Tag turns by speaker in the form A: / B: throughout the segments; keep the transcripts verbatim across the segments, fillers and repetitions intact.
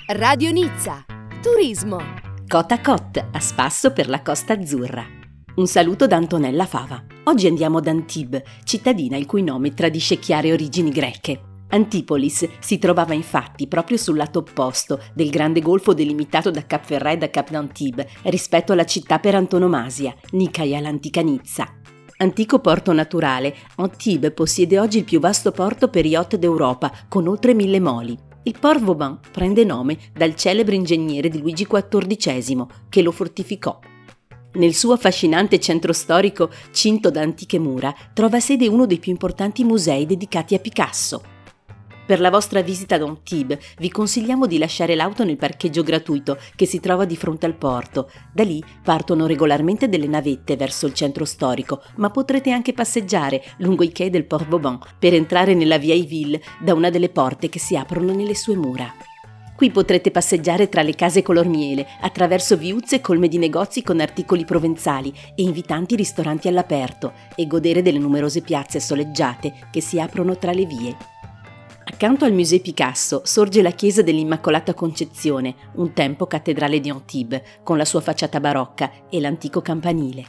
A: Radio Nizza, turismo.
B: Côte à côte, a spasso per la Costa Azzurra. Un saluto da Antonella Fava. Oggi andiamo ad Antibes, cittadina il cui nome tradisce chiare origini greche. Antipolis si trovava infatti proprio sul lato opposto del grande golfo delimitato da Cap Ferret e da Cap d'Antibes rispetto alla città per antonomasia, Nicaia, l'antica Nizza. Antico porto naturale, Antibes possiede oggi il più vasto porto per yacht d'Europa, con oltre mille moli. Il Port Vauban prende nome dal celebre ingegnere di Luigi quattordicesimo, che lo fortificò. Nel suo affascinante centro storico, cinto da antiche mura, trova sede uno dei più importanti musei dedicati a Picasso. Per la vostra visita ad Antibes vi consigliamo di lasciare l'auto nel parcheggio gratuito che si trova di fronte al porto. Da lì partono regolarmente delle navette verso il centro storico, ma potrete anche passeggiare lungo i quai del Port Vauban per entrare nella Vieille Ville da una delle porte che si aprono nelle sue mura. Qui potrete passeggiare tra le case color miele, attraverso viuzze colme di negozi con articoli provenzali e invitanti ristoranti all'aperto e godere delle numerose piazze soleggiate che si aprono tra le vie. Accanto al Musée Picasso sorge la chiesa dell'Immacolata Concezione, un tempo cattedrale di Antibes, con la sua facciata barocca e l'antico campanile.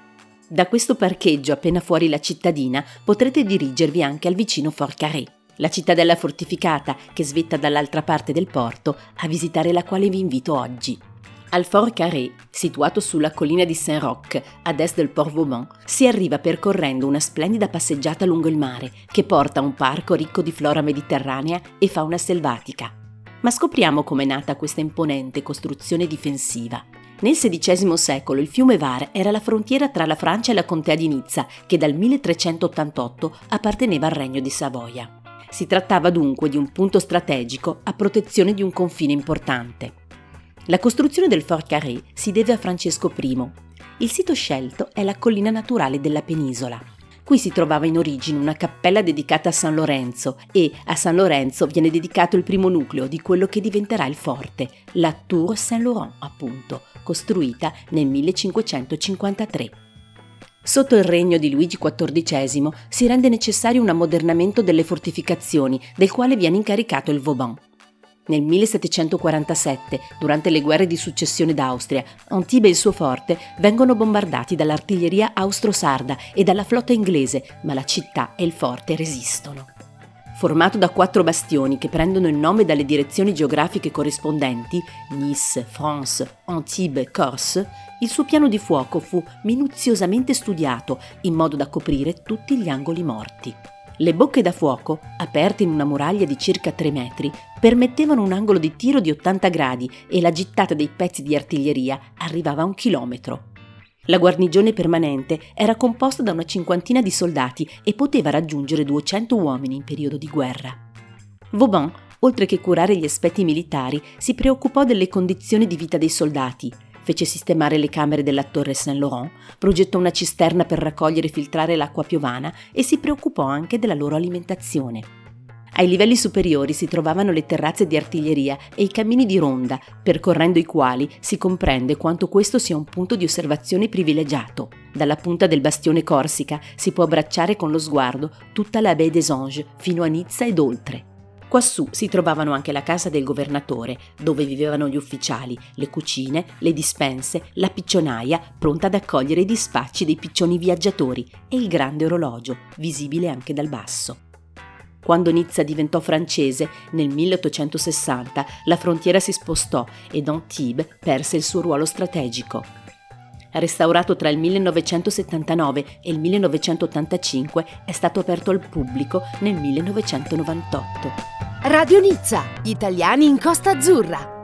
B: Da questo parcheggio, appena fuori la cittadina, potrete dirigervi anche al vicino Fort Carré, la cittadella fortificata che svetta dall'altra parte del porto, a visitare la quale vi invito oggi. Al Fort Carré, situato sulla collina di Saint-Roch, ad est del Port Vauban, si arriva percorrendo una splendida passeggiata lungo il mare che porta a un parco ricco di flora mediterranea e fauna selvatica. Ma scopriamo com'è nata questa imponente costruzione difensiva. Nel sedicesimo secolo il fiume Var era la frontiera tra la Francia e la contea di Nizza, che dal milletrecentottantotto apparteneva al Regno di Savoia. Si trattava dunque di un punto strategico a protezione di un confine importante. La costruzione del Fort Carré si deve a Francesco primo. Il sito scelto è la collina naturale della penisola. Qui si trovava in origine una cappella dedicata a San Lorenzo e a San Lorenzo viene dedicato il primo nucleo di quello che diventerà il forte, la Tour Saint-Laurent appunto, costruita nel millecinquecentocinquantatré. Sotto il regno di Luigi quattordicesimo si rende necessario un ammodernamento delle fortificazioni, del quale viene incaricato il Vauban. Nel millesettecentoquarantasette, durante le guerre di successione d'Austria, Antibes e il suo forte vengono bombardati dall'artiglieria austro-sarda e dalla flotta inglese, ma la città e il forte resistono. Formato da quattro bastioni che prendono il nome dalle direzioni geografiche corrispondenti, Nice, France, Antibes, Corse, il suo piano di fuoco fu minuziosamente studiato in modo da coprire tutti gli angoli morti. Le bocche da fuoco, aperte in una muraglia di circa tre metri, permettevano un angolo di tiro di ottanta gradi e la gittata dei pezzi di artiglieria arrivava a un chilometro. La guarnigione permanente era composta da una cinquantina di soldati e poteva raggiungere duecento uomini in periodo di guerra. Vauban, oltre che curare gli aspetti militari, si preoccupò delle condizioni di vita dei soldati. Fece sistemare le camere della Torre Saint-Laurent, progettò una cisterna per raccogliere e filtrare l'acqua piovana e si preoccupò anche della loro alimentazione. Ai livelli superiori si trovavano le terrazze di artiglieria e i cammini di ronda, percorrendo i quali si comprende quanto questo sia un punto di osservazione privilegiato. Dalla punta del bastione Corsica si può abbracciare con lo sguardo tutta la Baie des Anges fino a Nizza ed oltre. Quassù si trovavano anche la casa del governatore, dove vivevano gli ufficiali, le cucine, le dispense, la piccionaia, pronta ad accogliere i dispacci dei piccioni viaggiatori, e il grande orologio, visibile anche dal basso. Quando Nizza diventò francese, nel milleottocentosessanta, la frontiera si spostò ed Antibes perse il suo ruolo strategico. Restaurato tra il millenovecentosettantanove e il millenovecentottantacinque, è stato aperto al pubblico nel millenovecentonovantotto.
A: Radio Nizza, gli italiani in Costa Azzurra.